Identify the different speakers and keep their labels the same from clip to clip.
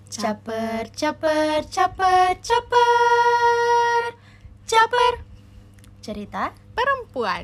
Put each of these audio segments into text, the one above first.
Speaker 1: Caper, caper, caper, caper, caper. Cerita perempuan.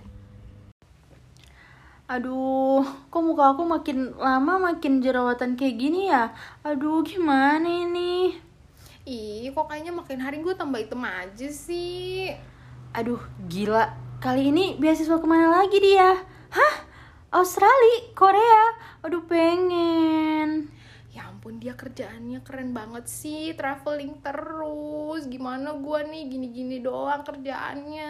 Speaker 2: Aduh, kok muka aku makin lama makin jerawatan kayak gini ya? Aduh, gimana ini?
Speaker 3: Ih, kok kayaknya makin hari gue tambah hitam aja sih.
Speaker 2: Aduh, gila. Kali ini beasiswa kemana lagi dia? Hah? Australia? Korea? Aduh, pengen.
Speaker 3: Ya ampun, dia kerjaannya keren banget sih, traveling terus. Gimana gue nih, gini-gini doang kerjaannya.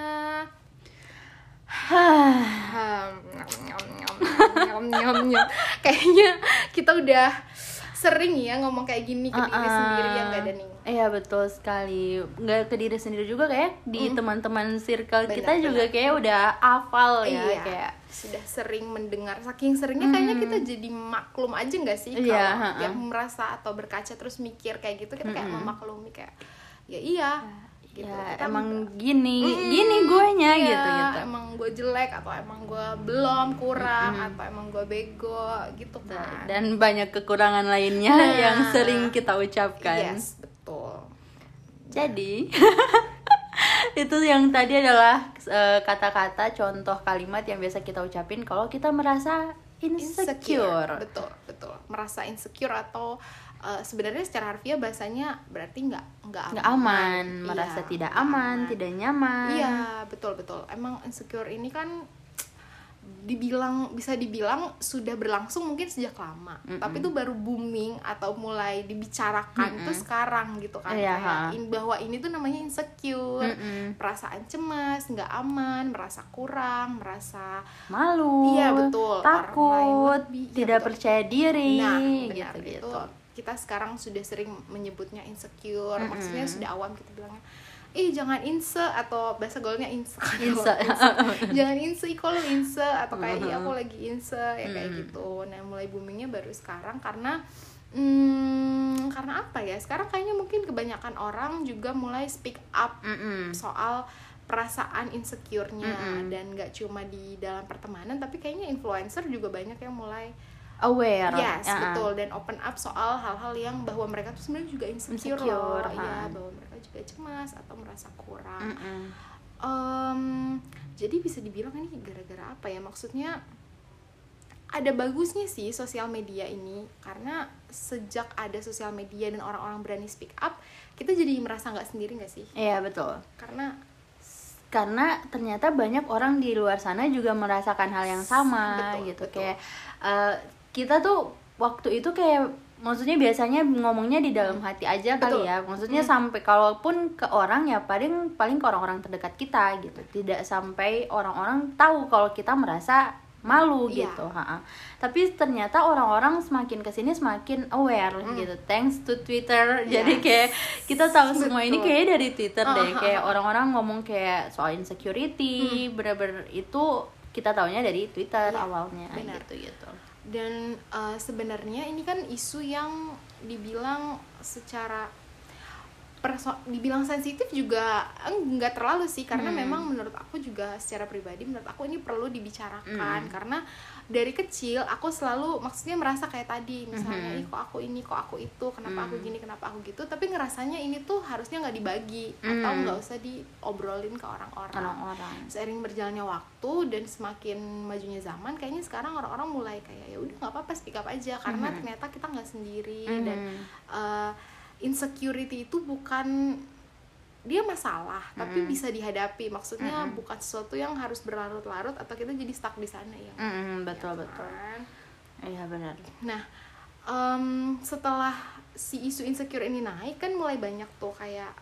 Speaker 3: Kayaknya kita udah sering ya ngomong kayak gini ke diri sendiri yang gak ada nih.
Speaker 2: Iya, betul sekali. Nggak ke diri sendiri juga, kayak di teman-teman circle kita
Speaker 3: Benar.
Speaker 2: juga kayak udah hafal ya.
Speaker 3: Iya,
Speaker 2: Kayak
Speaker 3: sudah sering mendengar, saking seringnya kayaknya kita jadi maklum aja nggak sih kalau
Speaker 2: Iya,
Speaker 3: yang merasa atau berkaca terus mikir kayak gitu, kita kayak memaklumi kayak ya iya gitu.
Speaker 2: ya
Speaker 3: Kita
Speaker 2: emang gini guenya
Speaker 3: iya,
Speaker 2: gitu.
Speaker 3: emang gue jelek atau emang gue belum kurang atau emang gue bego gitu kan.
Speaker 2: Dan banyak kekurangan lainnya yang sering kita ucapkan.
Speaker 3: Yes, betul.
Speaker 2: Jadi itu yang tadi adalah kata-kata contoh kalimat yang biasa kita ucapin kalau kita merasa insecure.
Speaker 3: Betul. Merasa insecure atau sebenarnya secara harfiah bahasanya berarti nggak
Speaker 2: aman,
Speaker 3: Iya,
Speaker 2: merasa tidak
Speaker 3: nggak
Speaker 2: aman, tidak nyaman.
Speaker 3: Iya, betul. Emang insecure ini kan bisa dibilang sudah berlangsung mungkin sejak lama, tapi itu baru booming atau mulai dibicarakan tuh sekarang gitu kan.
Speaker 2: Iya,
Speaker 3: Kayak bahwa ini tuh namanya insecure, perasaan cemas, nggak aman, merasa kurang, merasa
Speaker 2: Malu,
Speaker 3: iya betul, orang lain
Speaker 2: takut,
Speaker 3: lebih, iya,
Speaker 2: tidak
Speaker 3: betul.
Speaker 2: percaya diri,
Speaker 3: Nah, benar,
Speaker 2: gitu.
Speaker 3: itu kita sekarang sudah sering menyebutnya insecure. Maksudnya sudah awam kita bilangnya, jangan inse, atau bahasa gaulnya inse. Jangan inse, iko lu inse, atau kayak iya aku lagi inse, ya kayak gitu. Nah, mulai boomingnya baru sekarang karena apa ya? Sekarang kayaknya mungkin kebanyakan orang juga mulai speak up soal perasaan insecure-nya, dan gak cuma di dalam pertemanan, tapi kayaknya influencer juga banyak yang mulai
Speaker 2: Aware.
Speaker 3: yes, betul, dan open up soal hal-hal yang bahwa mereka tuh sebenarnya juga insecure loh, ya, bahwa mereka juga cemas atau merasa kurang. Jadi bisa dibilang ini gara-gara apa ya? Maksudnya ada bagusnya sih sosial media ini, karena sejak ada sosial media dan orang-orang berani speak up, kita jadi merasa nggak sendiri nggak sih?
Speaker 2: Iya, betul.
Speaker 3: Karena
Speaker 2: Ternyata banyak orang di luar sana juga merasakan hal yang sama.
Speaker 3: Betul,
Speaker 2: gitu.
Speaker 3: betul.
Speaker 2: Kayak kita tuh waktu itu kayak maksudnya biasanya ngomongnya di dalam hati aja kali
Speaker 3: Betul.
Speaker 2: ya. Maksudnya sampai kalaupun ke orang ya paling ke orang-orang terdekat kita gitu. Tidak sampai orang-orang tahu kalau kita merasa malu
Speaker 3: Iya.
Speaker 2: gitu. Tapi ternyata orang-orang semakin kesini semakin aware gitu, thanks to Twitter. Jadi kayak kita tahu semua ini
Speaker 3: Betul.
Speaker 2: kayak dari Twitter deh. Kayak orang-orang ngomong kayak soal insecurity, bener-bener itu kita taunya dari Twitter awalnya.
Speaker 3: benar.
Speaker 2: gitu.
Speaker 3: Dan sebenarnya ini kan isu yang dibilang secara dibilang sensitif juga nggak terlalu sih, karena memang menurut aku juga secara pribadi, menurut aku ini perlu dibicarakan. Karena dari kecil aku selalu maksudnya merasa kayak tadi misalnya, kok aku ini, kok aku itu, kenapa aku gini, kenapa aku gitu, tapi ngerasanya ini tuh harusnya nggak dibagi atau nggak usah diobrolin ke orang-orang. Seiring berjalannya waktu dan semakin majunya zaman, kayaknya sekarang orang-orang mulai kayak ya udah nggak apa-apa, speak up aja, karena ternyata kita nggak sendiri. Dan insecurity itu bukan dia masalah, tapi bisa dihadapi. Maksudnya bukan sesuatu yang harus berlarut-larut atau kita jadi stuck di sana ya.
Speaker 2: Betul.
Speaker 3: Kan?
Speaker 2: Iya, benar.
Speaker 3: Nah, setelah si isu insecure ini naik, kan mulai banyak tuh kayak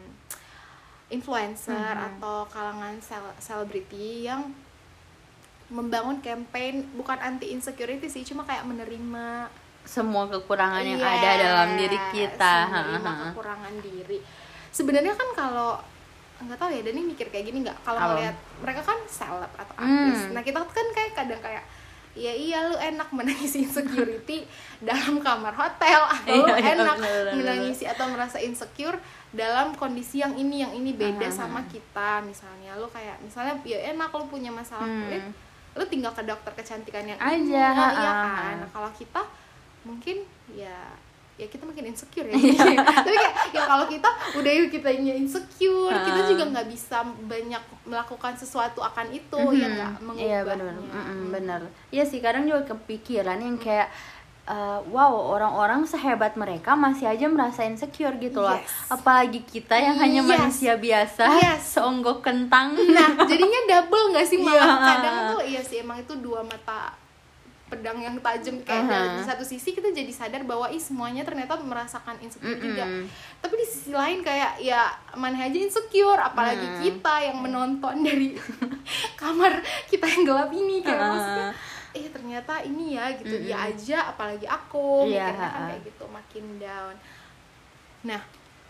Speaker 3: influencer atau kalangan selebriti yang membangun campaign bukan anti insecurity sih, cuma kayak menerima
Speaker 2: Semua kekurangan yang ada dalam diri kita.
Speaker 3: menerima kekurangan diri. Sebenarnya kan kalau nggak tahu ya, Dani mikir kayak gini nggak, kalau ngeliat mereka kan seleb atau artis, nah kita kan kayak kadang kayak iya lu enak menangisi insecurity dalam kamar hotel, atau lu enak menangisi atau merasa insecure dalam kondisi yang ini beda sama kita. Misalnya lu kayak misalnya ya enak lu punya masalah kulit, lu tinggal ke dokter kecantikan yang
Speaker 2: Aja,
Speaker 3: iya kan. Nah, kalau kita mungkin ya ya kita makin insecure ya jadinya. Tapi kayak ya kalau kita udah kitanya insecure, kita juga nggak bisa banyak melakukan sesuatu akan itu, ya nggak mengubahnya.
Speaker 2: Iya benar, benar. Iya sih, kadang juga kepikiran yang kayak wow, orang-orang sehebat mereka masih aja merasa insecure gitu loh. Apalagi kita yang hanya manusia biasa, seonggok kentang.
Speaker 3: Nah, jadinya double nggak sih malah kadang tuh, iya sih emang itu dua mata pedang yang tajam kayak di satu sisi kita jadi sadar bahwa semuanya ternyata merasakan insecure juga, tapi di sisi lain kayak ya mana aja insecure, apalagi kita yang menonton dari kamar kita yang gelap ini kayak maksudnya ternyata ini ya gitu, dia aja apalagi aku mikirnya kan kayak gitu makin down. Nah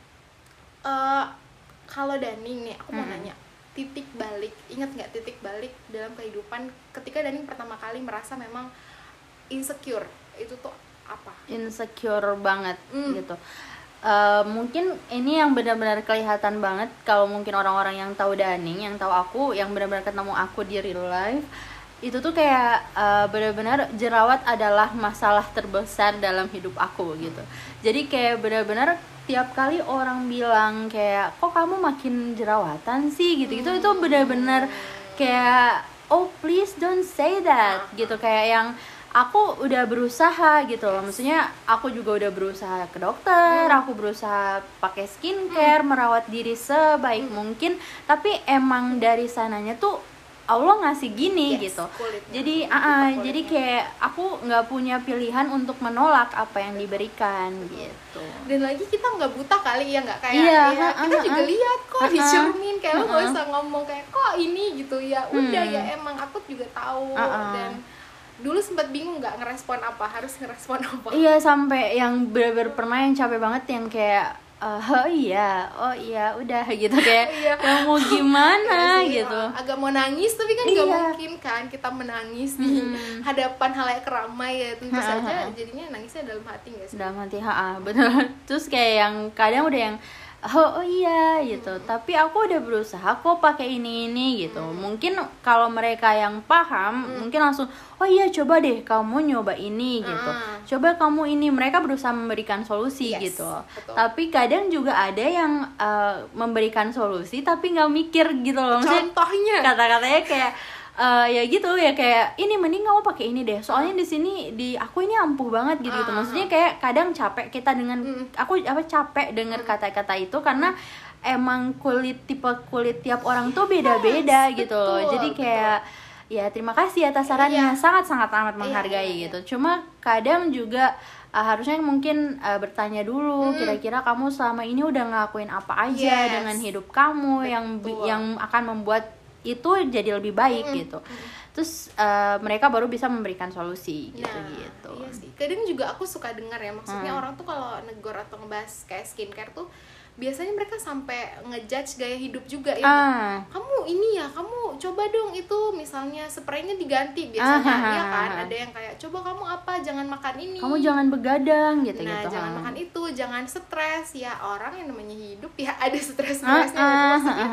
Speaker 3: kalau Daning nih aku mau nanya, titik balik, ingat nggak titik balik dalam kehidupan ketika Daning pertama kali merasa memang insecure itu tuh apa?
Speaker 2: Insecure banget gitu. Mungkin ini yang benar-benar kelihatan banget kalau mungkin orang-orang yang tahu Daning, yang tahu aku, yang benar-benar ketemu aku di real life, itu tuh kayak benar-benar jerawat adalah masalah terbesar dalam hidup aku gitu. Jadi kayak benar-benar tiap kali orang bilang kayak kok kamu makin jerawatan sih gitu-gitu, itu benar-benar kayak oh please don't say that gitu. Kayak yang aku udah berusaha gitu loh, maksudnya aku juga udah berusaha ke dokter, aku berusaha pakai skincare, merawat diri sebaik mungkin, tapi emang dari sananya tuh Allah ngasih gini gitu. Jadi jadi kayak aku nggak punya pilihan untuk menolak apa yang diberikan gitu.
Speaker 3: Dan lagi kita nggak buta kali ya, nggak kayak kita juga lihat kok di cermin, kayak lo nggak usah ngomong kayak kok ini gitu ya, udah ya emang aku juga tahu. Dan dulu sempat bingung nggak ngerespon apa, harus ngerespon apa.
Speaker 2: Iya, sampai yang bener-bener pernah yang capek banget yang kayak oh iya udah gitu kayak yang mau gimana gitu.
Speaker 3: Agak mau nangis tapi kan nggak mungkin kan kita menangis di hadapan halayak ramai ya, tentu saja jadinya nangisnya dalam hati nggak sih?
Speaker 2: Dalam hati, bener. Terus kayak yang kadang udah yang oh iya gitu, tapi aku udah berusaha kok pakai ini gitu. Mungkin kalau mereka yang paham mungkin langsung oh iya coba deh kamu nyoba ini gitu, coba kamu ini, mereka berusaha memberikan solusi gitu.
Speaker 3: Betul.
Speaker 2: Tapi kadang juga ada yang memberikan solusi tapi nggak mikir gitu loh. Maksudnya,
Speaker 3: contohnya
Speaker 2: kata-katanya kayak ya gitu ya, kayak ini mending kamu pakai ini deh, soalnya di sini di aku ini ampuh banget gitu. Maksudnya kayak kadang capek kita dengan aku capek dengar kata-kata itu karena emang tipe kulit tiap orang tuh beda-beda gitu. Jadi kayak ya terima kasih atas sarannya, sangat-sangat amat menghargai gitu. Cuma kadang juga harusnya mungkin bertanya dulu kira-kira kamu selama ini udah ngelakuin apa aja dengan hidup kamu yang akan membuat itu jadi lebih baik gitu. Terus mereka baru bisa memberikan solusi gitu.
Speaker 3: Iya sih. Kadang juga aku suka dengar ya, maksudnya orang tuh kalau negor atau ngebahas kayak skincare tuh biasanya mereka sampai ngejudge gaya hidup juga ya. Kamu ini ya, kamu coba dong itu misalnya spraynya diganti biasanya ya kan. Ada yang kayak coba kamu apa, jangan makan ini.
Speaker 2: Kamu jangan begadang gitu.
Speaker 3: Nah, jangan makan itu, jangan stres ya. Orang yang namanya hidup ya ada stres-stresnya maksudnya.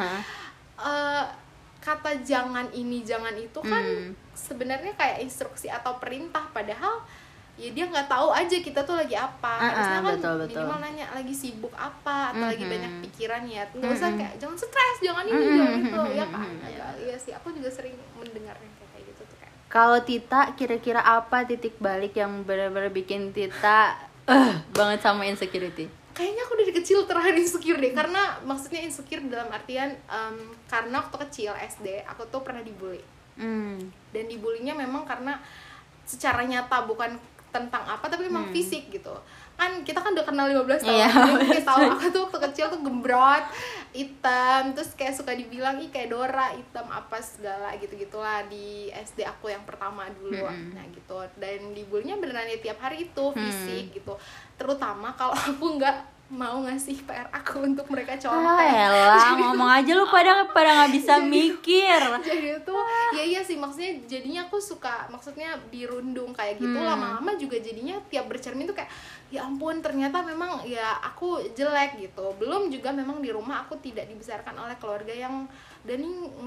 Speaker 3: Kata jangan ini jangan itu kan sebenarnya kayak instruksi atau perintah, padahal ya dia nggak tahu aja kita tuh lagi apa. Harusnya kan minimal nanya lagi sibuk apa atau lagi banyak pikiran ya, nggak usah kayak jangan stres, jangan ini jangan itu ya kan. Iya sih, aku juga sering mendengar yang kayak gitu tuh. Kayak
Speaker 2: kalau Tita kira-kira apa titik balik yang benar-benar bikin Tita banget sama insecurity?
Speaker 3: Kayaknya aku dari kecil terakhir insecure deh, karena maksudnya insecure dalam artian karena waktu kecil SD aku tuh pernah dibully. Dan dibulinya memang karena secara nyata, bukan tentang apa tapi memang fisik gitu. Kan kita kan udah kenal 15 tahun, jadi tahu aku tuh waktu kecil tuh gembrot, hitam, terus kayak suka dibilang kayak Dora, hitam apa segala gitu-gitulah di SD aku yang pertama dulu. Nah gitu, dan dibulinya beneran ya tiap hari itu fisik gitu, terutama kalau aku nggak mau ngasih PR aku untuk mereka contek.
Speaker 2: Elah, ngomong aja lu pada nggak bisa mikir.
Speaker 3: Jadi itu ya iya sih, maksudnya jadinya aku suka, maksudnya dirundung kayak gitu. Lama-lama juga jadinya tiap bercermin tuh kayak ya ampun ternyata memang ya aku jelek gitu. Belum juga memang di rumah aku tidak dibesarkan oleh keluarga yang Dani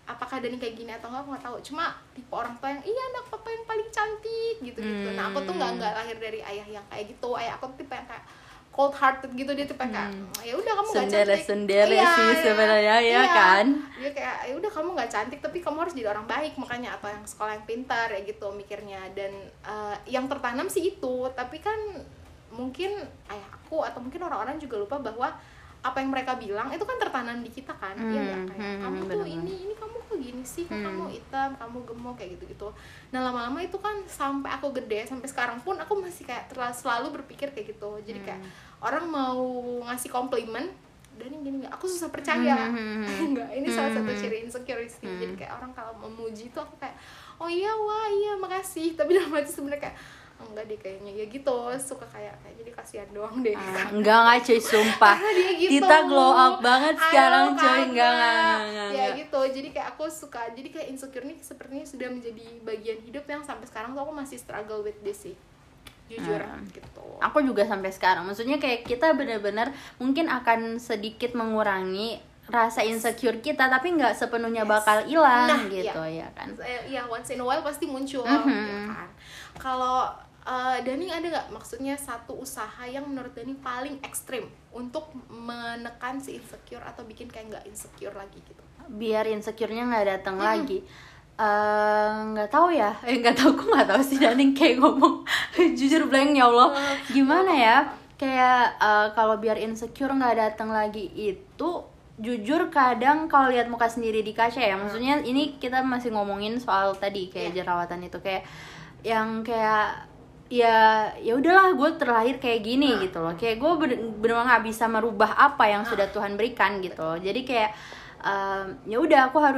Speaker 3: apakah Dani kayak gini atau enggak aku nggak tahu, cuma tipe orang tua yang iya anak papa yang paling cantik gitu. Nah aku tuh nggak lahir dari ayah yang kayak gitu. Ayah aku tipe yang kayak cold hearted gitu, dia tipe kayak ya udah kamu nggak cantik,
Speaker 2: sendiri sih sebenarnya ya kan.
Speaker 3: Dia kayak ya udah kamu nggak cantik tapi kamu harus jadi orang baik makanya, atau yang sekolah yang pintar ya gitu mikirnya. Dan yang tertanam sih itu, tapi kan mungkin ayah aku atau mungkin orang-orang juga lupa bahwa apa yang mereka bilang itu kan tertanam di kita kan. Iya nggak, kayak kamu tuh ini kamu kok gini sih, kok kamu hitam, kamu gemuk kayak gitu-gitu. Nah lama-lama itu kan sampai aku gede, sampai sekarang pun aku masih kayak selalu berpikir kayak gitu. Jadi kayak orang mau ngasih komplimen dan gini nggak, aku susah percaya. Enggak, ini salah satu ciri insecurity. Jadi kayak orang kalau memuji itu aku kayak oh iya wah iya makasih, tapi dalam hati sebenarnya kayak enggak deh kayaknya ya gitu, suka kayak jadi kasihan doang deh.
Speaker 2: Enggak cuy, sumpah
Speaker 3: gitu.
Speaker 2: Kita glow up banget sekarang cuy. Enggak.
Speaker 3: Ya gitu, jadi kayak aku suka, jadi kayak insecure nih sepertinya sudah menjadi bagian hidup yang sampai sekarang tuh aku masih struggle with this sih, jujur gitu.
Speaker 2: Aku juga sampai sekarang, maksudnya kayak kita benar-benar mungkin akan sedikit mengurangi rasa insecure kita, tapi nggak sepenuhnya bakal hilang gitu ya kan.
Speaker 3: Iya, once in a while pasti muncul ya kan. Kalau Dani ada nggak maksudnya satu usaha yang menurut Dani paling ekstrim untuk menekan si insecure atau bikin kayak nggak insecure lagi gitu?
Speaker 2: Biar insecure-nya nggak datang lagi. Nggak tahu ya, aku nggak tahu sih Dani kayak ngomong jujur blank ya Allah. Gimana ya? Kayak kalau biar insecure nggak datang lagi itu jujur kadang kalau lihat muka sendiri di kaca ya, maksudnya ini kita masih ngomongin soal tadi kayak jerawatan itu, kayak yang kayak ya udahlah gue terlahir kayak gini gitu loh, kayak gue benar nggak bisa merubah apa yang sudah Tuhan berikan gitu loh. Jadi kayak ya udah aku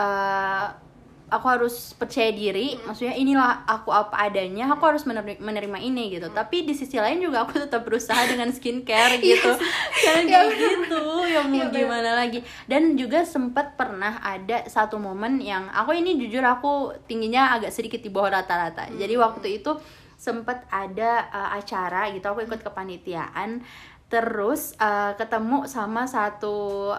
Speaker 2: harus percaya diri, maksudnya inilah aku apa adanya, aku harus menerima ini gitu. Tapi di sisi lain juga aku tetap berusaha dengan skincare gitu. Jangan kayak gitu, ya mau gimana lagi. Dan juga sempat pernah ada satu momen yang aku ini jujur aku tingginya agak sedikit di bawah rata-rata. Jadi waktu itu sempat ada acara gitu, aku ikut kepanitiaan. Terus ketemu sama satu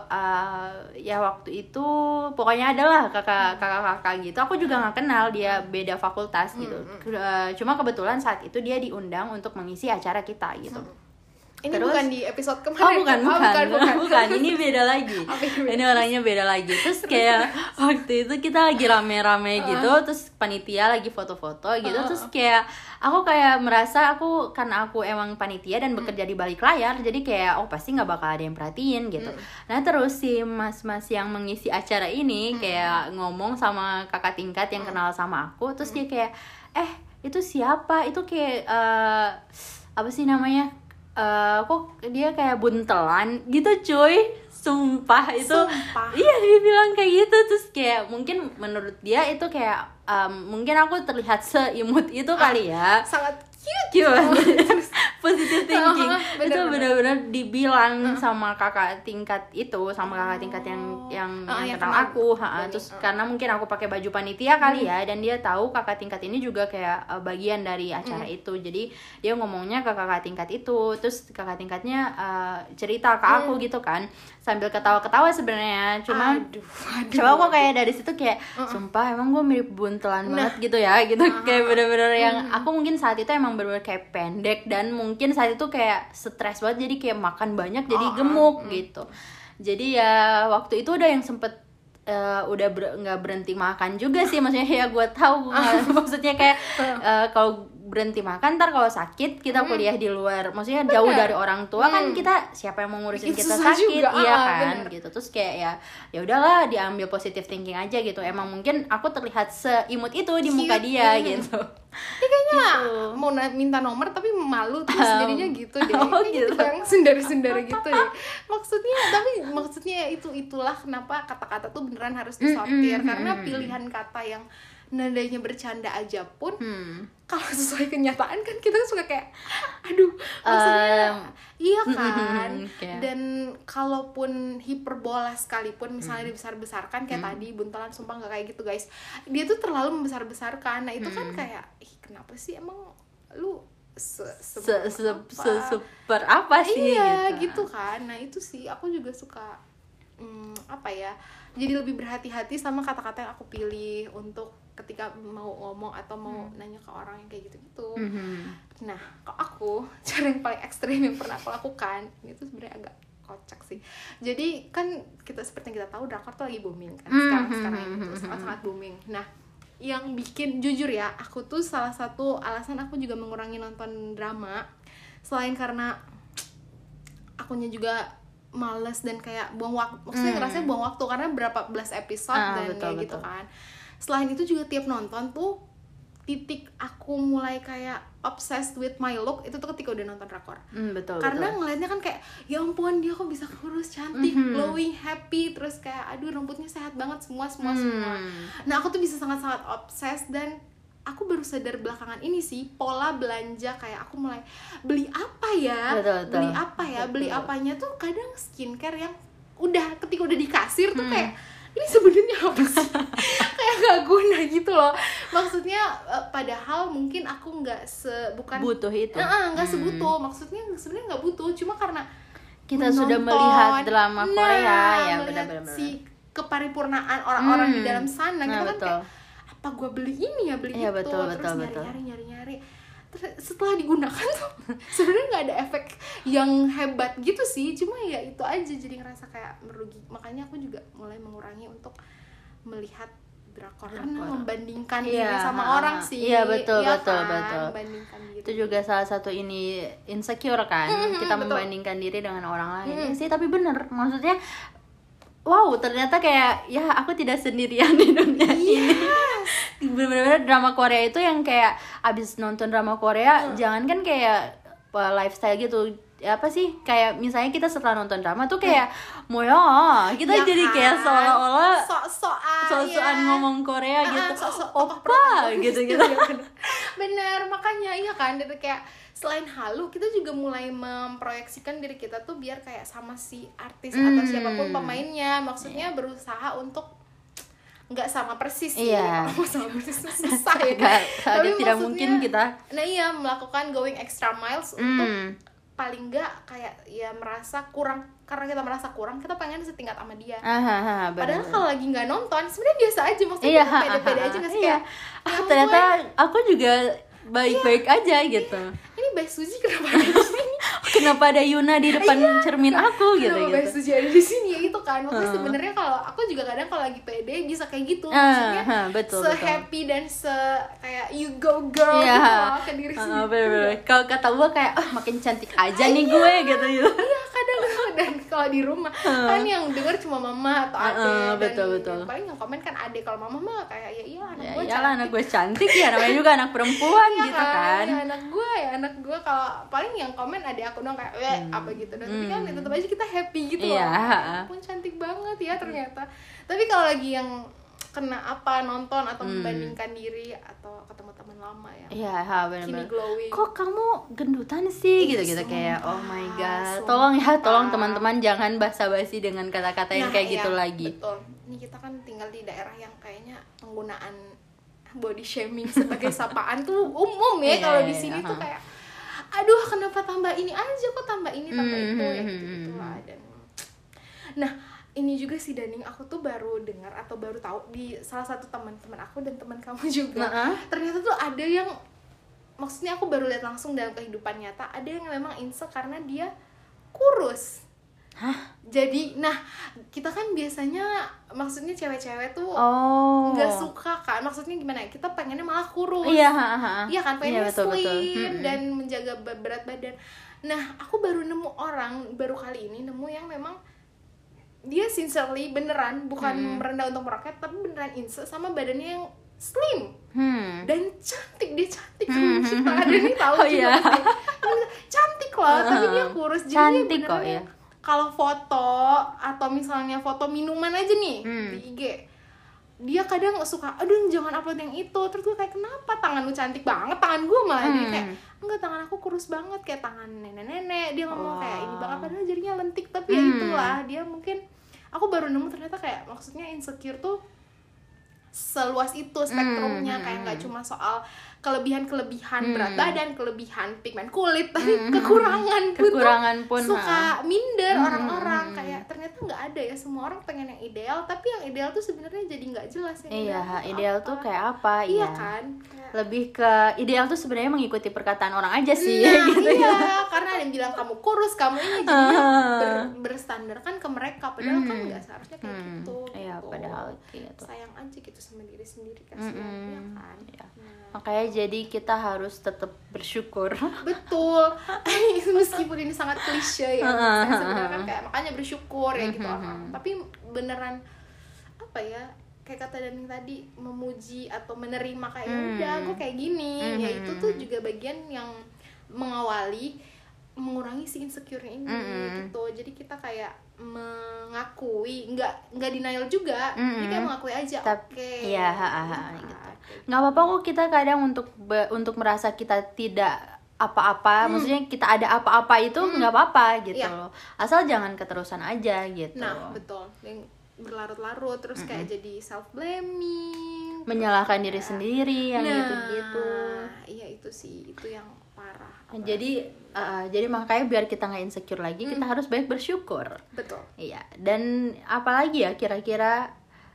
Speaker 2: ya waktu itu pokoknya adalah kakak gitu. Aku juga nggak kenal dia, beda fakultas gitu. Cuma kebetulan saat itu dia diundang untuk mengisi acara kita gitu.
Speaker 3: Ini terus, bukan di episode kemarin.
Speaker 2: Bukan. Ini beda lagi. Ini orangnya beda lagi. Terus kayak waktu itu kita lagi rame-rame gitu, terus panitia lagi foto-foto gitu, terus kayak aku kayak merasa karena aku emang panitia dan bekerja di balik layar, jadi kayak pasti nggak bakal ada yang perhatiin gitu. Nah terus si mas-mas yang mengisi acara ini kayak ngomong sama kakak tingkat yang kenal sama aku, terus dia kayak itu siapa? Itu kayak apa sih namanya? Kok dia kayak buntelan gitu cuy, sumpah. Iya dia bilang kayak gitu. Terus kayak mungkin menurut dia itu kayak mungkin aku terlihat seimut itu kali ya,
Speaker 3: sangat cute.
Speaker 2: Positive thinking. Itu benar-benar dibilang sama kakak tingkat itu, sama kakak tingkat yang kenal aku. Terus karena mungkin aku pakai baju panitia kali ya, dan dia tahu kakak tingkat ini juga kayak bagian dari acara itu. Jadi dia ngomongnya ke kakak tingkat itu. Terus kakak tingkatnya cerita ke aku gitu kan, sambil ketawa-ketawa sebenarnya. Cuma aku kayak dari situ kayak sumpah emang gue mirip buntelan banget gitu ya gitu. Kayak bener-bener yang aku mungkin saat itu emang bener-bener kayak pendek, dan mungkin saat itu kayak stres banget, jadi kayak makan banyak jadi gemuk gitu. Jadi ya waktu itu udah yang sempet udah nggak berhenti makan juga sih, maksudnya ya gue tahu maksudnya kayak kalau berhenti makan ntar kalau sakit kita kuliah di luar, maksudnya jauh dari orang tua kan, kita siapa yang mau ngurusin kita sakit juga, iya kan gitu. Terus kayak ya udahlah diambil positive thinking aja gitu. Emang mungkin aku terlihat seimut itu di muka dia gitu.
Speaker 3: Dia kayaknya mau minta nomor tapi malu terus jadinya gitu deh. Gitu yang sundar-sundar gitu deh. Maksudnya itulah kenapa kata-kata tuh beneran harus disortir, karena pilihan kata yang nadanya bercanda aja pun kalau sesuai kenyataan kan kita suka kayak aduh, maksudnya iya kan. Dan kalaupun hiperbola sekalipun misalnya dibesar-besarkan kayak tadi buntelan, sumpah nggak kayak gitu guys, dia tuh terlalu membesar-besarkan. Nah itu kan kayak kenapa sih emang lu super apa sih
Speaker 2: iya
Speaker 3: gitu kan. Nah itu sih aku juga suka apa ya, jadi lebih berhati-hati sama kata-kata yang aku pilih untuk ketika mau ngomong atau mau nanya ke orang yang kayak gitu-gitu. Nah, kalau aku cara yang paling ekstrim yang pernah aku lakukan ini tuh sebenarnya agak kocak sih. Jadi kan kita seperti yang kita tahu drakor tuh lagi booming kan sekarang ini tuh sangat booming. Nah, yang bikin jujur ya, aku tuh salah satu alasan aku juga mengurangi nonton drama selain karena akunya juga males dan kayak buang waktu, maksudnya ngerasanya buang waktu karena berapa belas episode dan
Speaker 2: betul,
Speaker 3: kayak gitu kan. Selain itu juga tiap nonton tuh titik aku mulai kayak obsessed with my look itu tuh ketika udah nonton drakor. Karena ngeliatnya kan kayak ya ampun dia kok bisa kurus, cantik, glowing, happy, terus kayak aduh rambutnya sehat banget semua. Nah aku tuh bisa sangat-sangat obsessed dan aku baru sadar belakangan ini sih pola belanja kayak aku mulai beli apa ya, beli apanya tuh kadang skincare yang udah ketika udah di kasir tuh kayak ini sebenarnya apa sih? Kayak gak guna gitu loh. Maksudnya padahal mungkin aku bukan
Speaker 2: butuh itu.
Speaker 3: Nggak sebutuh. Maksudnya sebenarnya nggak butuh. Cuma karena
Speaker 2: kita sudah melihat drama Korea ya benar-benar
Speaker 3: si keparipurnaan orang-orang di dalam sana gitu kan kayak apa gue beli ini ya beli itu terus nyari. Terus setelah digunakan tuh sebenarnya nggak ada efek yang hebat gitu sih, cuma ya itu aja jadi ngerasa kayak merugi. Makanya aku juga mulai mengurangi untuk melihat drakor karena membandingkan diri sama orang sih.
Speaker 2: Iya betul.
Speaker 3: Membandingkan diri.
Speaker 2: Itu juga salah satu ini insecure kan, kita membandingkan diri dengan orang lain. Sih tapi bener, maksudnya wow ternyata kayak ya aku tidak sendirian di dunia ini. Bener-bener drama Korea itu yang kayak abis nonton drama Korea jangan kan kayak lifestyle gitu apa sih kayak misalnya kita setelah nonton drama tuh kayak moya kita ya jadi kayak seolah-olah sok-sokan ngomong Korea gitu opa gitu
Speaker 3: bener makanya iya kan dari kayak selain halu kita juga mulai memproyeksikan diri kita tuh biar kayak sama si artis atau siapapun pemainnya, maksudnya berusaha untuk nggak sama persis sih. Kalau sama persis susah ya
Speaker 2: tapi tidak mungkin kita
Speaker 3: melakukan going extra miles untuk paling nggak kayak ya merasa kurang, karena kita merasa kurang kita pengen setingkat sama dia. Padahal kalau lagi nggak nonton sebenarnya biasa aja, maksudnya kita pede-pede aja nggak sih kayak
Speaker 2: ternyata aku juga baik-baik aja gitu.
Speaker 3: Ini Bae Suzy kenapa ada di sini?
Speaker 2: Kenapa ada Yuna di depan cermin aku gitu?
Speaker 3: Kenapa Bae Suzy ada di sini ya itu kan? Maksudnya sebenarnya kalau aku juga kadang kalau lagi pede bisa kayak gitu. Maksudnya happy dan kayak you go girl gitu ke diri sendiri.
Speaker 2: Kalau kata gue kayak makin cantik aja nih gue gitu.
Speaker 3: Iya kadang dan kalau di rumah kan yang denger cuma mama atau ade dan paling yang komen kan ade. Kalau mama mah kayak ya
Speaker 2: anak gue cantik ya, namanya juga anak perempuan gitu kan.
Speaker 3: Ya anak gue kalau paling yang komen ade aku dong kayak apa gitu. Dan tapi kan tetap aja kita happy gitu loh. Pun cantik banget ya ternyata. Tapi kalau lagi yang kena nonton atau membandingkan diri atau ketemu teman lama yang kini glowing,
Speaker 2: kok kamu gendutan sih gitu kayak oh my god, tolong teman-teman jangan basa-basi dengan kata-kata yang kayak gitu lagi.
Speaker 3: Betul, ini kita kan tinggal di daerah yang kayaknya penggunaan body shaming sebagai sapaan tuh umum ya. Kalau di sini tuh kayak aduh kenapa tambah ini aja kok tambah ini tambah itu ya gitu lah. Dan nah ini juga sih Daning, aku tuh baru dengar atau baru tahu di salah satu teman-teman aku dan teman kamu juga. Ternyata tuh ada yang, maksudnya aku baru lihat langsung dalam kehidupan nyata, ada yang memang insecure karena dia kurus. Jadi, nah kita kan biasanya, maksudnya cewek-cewek tuh nggak suka kan, maksudnya gimana ya? Kita pengennya malah kurus. Iya kan, pengennya slim dan menjaga berat badan. Nah, aku baru nemu orang baru kali ini nemu yang memang dia sincerely beneran bukan merendah untuk merakyat tapi beneran insecure sama badannya yang slim dan cantik. Dia cantik kita ada nih tahu juga cantik loh tapi dia kurus jadi
Speaker 2: cantik kok ya.
Speaker 3: Kalau foto atau misalnya foto minuman aja nih di IG dia kadang suka aduh jangan upload yang itu, terus gue kayak kenapa tangan lu cantik banget, tangan gue malah dia kayak enggak tangan aku kurus banget kayak tangan nenek-nenek, dia ngomong kayak ini banget padahal jadinya lentik. Tapi ya itulah dia mungkin aku baru nemu ternyata kayak maksudnya insecure tuh seluas itu spektrumnya, kayak nggak cuma soal kelebihan berat badan, kelebihan pigmen kulit, tapi kekurangan
Speaker 2: pun
Speaker 3: suka minder orang-orang, kayak ternyata nggak ada ya, semua orang pengen yang ideal, tapi yang ideal tuh sebenarnya jadi nggak jelas ya.
Speaker 2: Iya, ideal tuh kayak apa?
Speaker 3: Iya
Speaker 2: iya
Speaker 3: kan,
Speaker 2: lebih ke ideal tuh sebenarnya mengikuti perkataan orang aja sih.
Speaker 3: nah
Speaker 2: gitu
Speaker 3: iya, karena ada yang bilang kamu kurus, kamu ini, jadinya berstandar kan ke mereka, padahal kan nggak seharusnya kayak gitu.
Speaker 2: Iya,
Speaker 3: gitu.
Speaker 2: padahal gitu.
Speaker 3: Sayang aja gitu sama diri sendiri, kasihan ya kan.
Speaker 2: Iya.
Speaker 3: Nah,
Speaker 2: Makanya jadi kita harus tetap bersyukur.
Speaker 3: betul. Meskipun ini sangat klise ya, saya sebenarnya kan kayak makanya bersyukur ya gitu orang. Tapi beneran apa ya, kayak kata Daning tadi, memuji atau menerima kayak ya udah gue kayak gini, ya itu tuh juga bagian yang mengawali mengurangi si insecure-nya ini gitu. Jadi kita kayak mengakui, nggak denial juga, jadi kayak mengakui aja. Oke.
Speaker 2: Iya, gitu. Nggak apa-apa kok kita kadang untuk merasa kita tidak apa-apa, maksudnya kita ada apa-apa itu nggak apa-apa gitu loh. Asal jangan keterusan aja gitu.
Speaker 3: Nah, betul. Yang berlarut-larut terus kayak jadi self blaming,
Speaker 2: menyalahkan diri sendiri yang gitu-gitu.
Speaker 3: Iya itu sih, itu yang parah.
Speaker 2: Jadi makanya biar kita nggak insecure lagi, kita harus baik bersyukur.
Speaker 3: Betul.
Speaker 2: Iya, dan apalagi ya kira-kira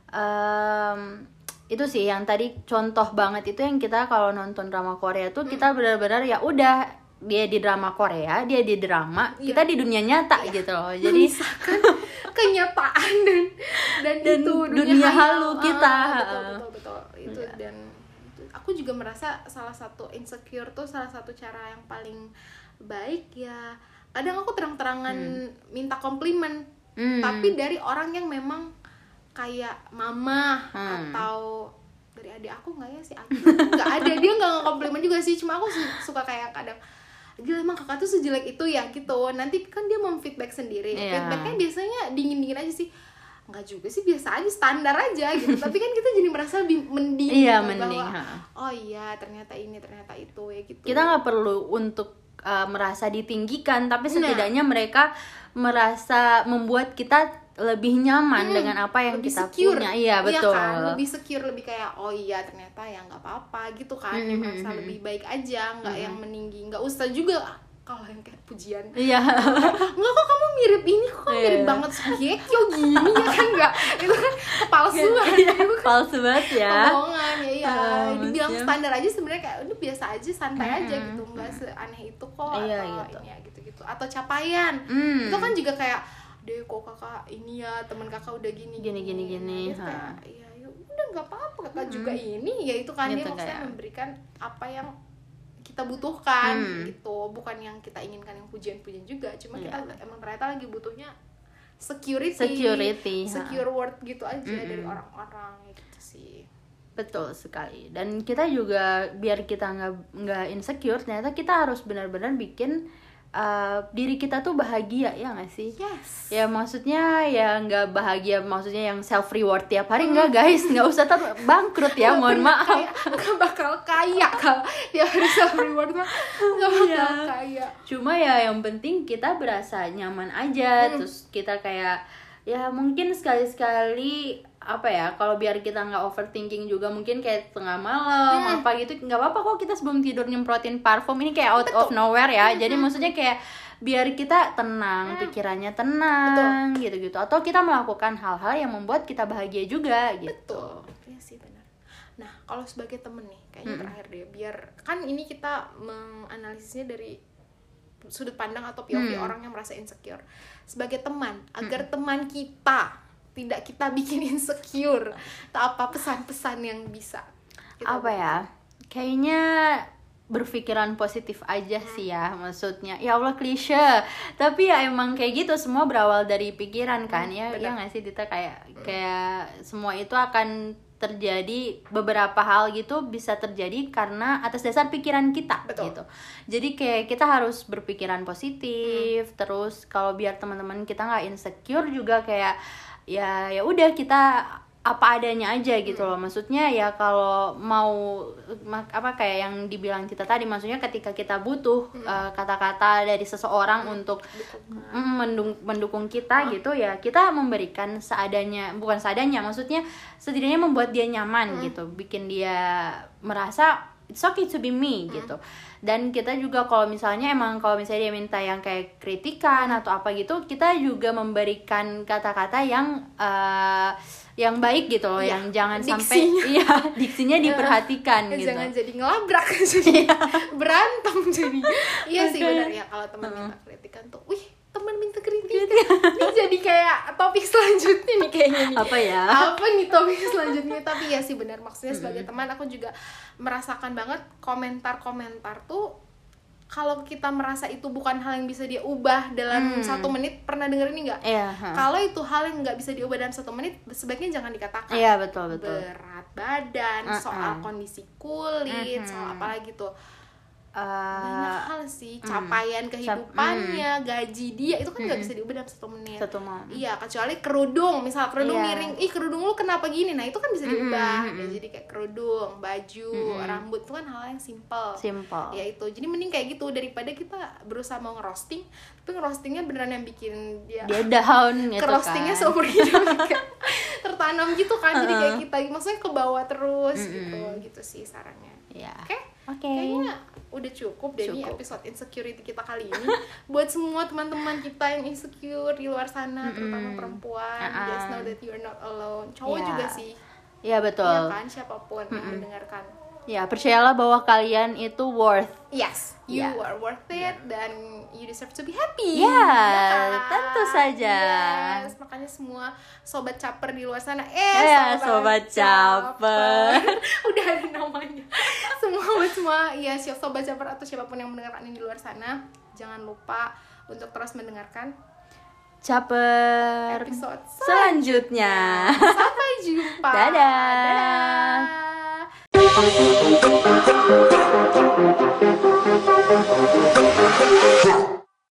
Speaker 2: itu sih yang tadi contoh banget itu yang kita kalau nonton drama Korea tuh kita benar-benar ya udah, dia di drama Korea, dia di drama, kita di dunia nyata gitu loh. Jadi
Speaker 3: misalkan kenyataan dan itu
Speaker 2: dunia halu kita.
Speaker 3: Betul. Itu dan aku juga merasa salah satu insecure tuh salah satu cara yang paling baik ya. Kadang aku terang-terangan minta komplimen, tapi dari orang yang memang kayak mama atau dari adik aku nggak ya, si Aki nggak ada, dia nggak komplimen juga sih, cuma aku suka kayak kadang, gila emang kakak tuh sejelek itu ya gitu. Nanti kan dia mau feedback sendiri, feedbacknya biasanya dingin-dingin aja sih, nggak juga sih, biasa aja, standar aja gitu. Tapi kan kita jadi merasa lebih mending,
Speaker 2: iya,
Speaker 3: gitu,
Speaker 2: mending
Speaker 3: bahwa oh iya ternyata ini ternyata itu ya gitu.
Speaker 2: Kita nggak perlu untuk merasa ditinggikan, tapi setidaknya mereka merasa membuat kita lebih nyaman dengan apa yang
Speaker 3: lebih
Speaker 2: kita
Speaker 3: secure.
Speaker 2: punya. Iya, betul.
Speaker 3: Kan? Lebih secure, lebih kayak oh iya ternyata ya nggak apa-apa gitu kan. Yang merasa lebih baik aja, nggak yang meninggi, nggak usah juga kalau yang kayak pujian.
Speaker 2: Iya.
Speaker 3: Enggak kok kamu mirip ini, kok kamu mirip banget Suhyekyo gini ya kan, enggak. Itu kan kepalsuan.
Speaker 2: Palsu banget ya.
Speaker 3: Kebohongan ya, iya. Dibilang standar aja sebenarnya kayak udah biasa aja, santai aja gitu, enggak seaneh itu kok.
Speaker 2: Iya,
Speaker 3: atau
Speaker 2: gitu.
Speaker 3: ini ya gitu-gitu. Atau capaian. Itu kan juga kayak deh kok kakak ini ya, teman kakak udah gini.
Speaker 2: Gini.
Speaker 3: Nah, kayak ya udah nggak apa-apa, kakak juga ini ya, itu kan
Speaker 2: gitu,
Speaker 3: dia maksudnya
Speaker 2: kayak
Speaker 3: memberikan apa yang kita butuhkan gitu, bukan yang kita inginkan yang pujian-pujian juga, cuma kita emang ternyata lagi butuhnya secure word gitu aja dari orang-orang gitu sih.
Speaker 2: Betul sekali. Dan kita juga biar kita nggak insecure, ternyata kita harus benar-benar bikin diri kita tuh bahagia, ya nggak sih?
Speaker 3: Yes.
Speaker 2: Ya maksudnya ya nggak bahagia, maksudnya yang self reward tiap hari, nggak guys, nggak usah bangkrut ya, mohon maaf.
Speaker 3: Nggak bakal kaya kalau dia hari self reward mah, nggak bakal kaya.
Speaker 2: Cuma ya yang penting kita berasa nyaman aja, terus kita kayak ya mungkin sekali-sekali apa ya, kalau biar kita nggak overthinking juga, mungkin kayak tengah malam apa gitu, nggak apa-apa kok kita sebelum tidur nyemprotin parfum. Ini kayak out of nowhere ya, jadi maksudnya kayak biar kita tenang, pikirannya tenang gitu-gitu, atau kita melakukan hal-hal yang membuat kita bahagia juga gitu.
Speaker 3: Betul, iya sih benar. Nah kalau sebagai temen nih, kayaknya terakhir deh, biar kan ini kita menganalisisnya dari sudut pandang atau POV orang yang merasa insecure. Sebagai teman, agar teman kita tidak kita bikin insecure, atau apa pesan-pesan yang bisa kita
Speaker 2: apa ya, kayaknya berpikiran positif aja sih ya, maksudnya ya Allah klise, tapi ya emang kayak gitu, semua berawal dari pikiran kan, ya nggak sih Dita, kayak semua itu akan terjadi, beberapa hal gitu bisa terjadi karena atas dasar pikiran kita.
Speaker 3: Betul.
Speaker 2: Gitu. Jadi kayak kita harus berpikiran positif, terus kalau biar teman-teman kita nggak insecure juga kayak ya udah, kita apa adanya aja gitu loh. Maksudnya ya kalau mau kayak yang dibilang kita tadi, maksudnya ketika kita butuh kata-kata dari seseorang untuk mendukung kita gitu ya, kita memberikan seadanya, bukan seadanya, maksudnya setidaknya membuat dia nyaman gitu, bikin dia merasa it's okay to be me gitu. Dan kita juga kalau misalnya dia minta yang kayak kritikan atau apa gitu, kita juga memberikan kata-kata yang baik gitu loh, yang jangan sampai diksinya diperhatikan gitu.
Speaker 3: Jangan jadi ngelabrak, jadi berantem jadi. Iya sih benar ya, kalau teman minta kritikan tuh, wih teman minta kritikan. Ini jadi kayak topik selanjutnya nih kayaknya nih. Apa nih topik selanjutnya? Tapi ya sih benar, maksudnya sebagai teman aku juga merasakan banget komentar-komentar tuh. Kalau kita merasa itu bukan hal yang bisa dia ubah dalam 1 menit, pernah denger ini nggak? Kalau itu hal yang nggak bisa diubah dalam 1 menit, sebaiknya jangan dikatakan.
Speaker 2: Iya, betul.
Speaker 3: Berat badan, soal kondisi kulit, soal apa lagi tuh. Banyak hal sih, capaian kehidupannya, gaji dia, itu kan nggak bisa diubah dalam 1 menit. Iya, kecuali kerudung, misal kerudung miring, kerudung lu kenapa gini, nah itu kan bisa diubah. Ya, jadi kayak kerudung, baju, rambut itu kan hal yang simple. Ya itu, jadi mending kayak gitu daripada kita berusaha mau ngerosting, tapi ngerostingnya beneran yang bikin dia
Speaker 2: down gitu kan.
Speaker 3: Kerostingnya seumur hidup tertanam gitu kan, jadi kayak kita maksudnya ke bawah terus gitu sih sarannya. Oke. Kayaknya udah cukup deh nih episode insecurity kita kali ini. Buat semua teman-teman kita yang insecure di luar sana, terutama perempuan, just know that you are not alone. Cowok juga sih.
Speaker 2: Iya betul.
Speaker 3: Iya kan, siapapun yang mendengarkan.
Speaker 2: Ya, percayalah bahwa kalian itu worth.
Speaker 3: Yes, you are worth it dan you deserve to be happy.
Speaker 2: Tentu saja.
Speaker 3: Yes, makanya semua sobat caper di luar sana,
Speaker 2: sobat caper.
Speaker 3: Udah ada namanya. semua sobat caper atau siapapun yang mendengarkan ini di luar sana, jangan lupa untuk terus mendengarkan
Speaker 2: caper
Speaker 3: episode
Speaker 2: selanjutnya.
Speaker 3: Sampai jumpa.
Speaker 2: Dadah.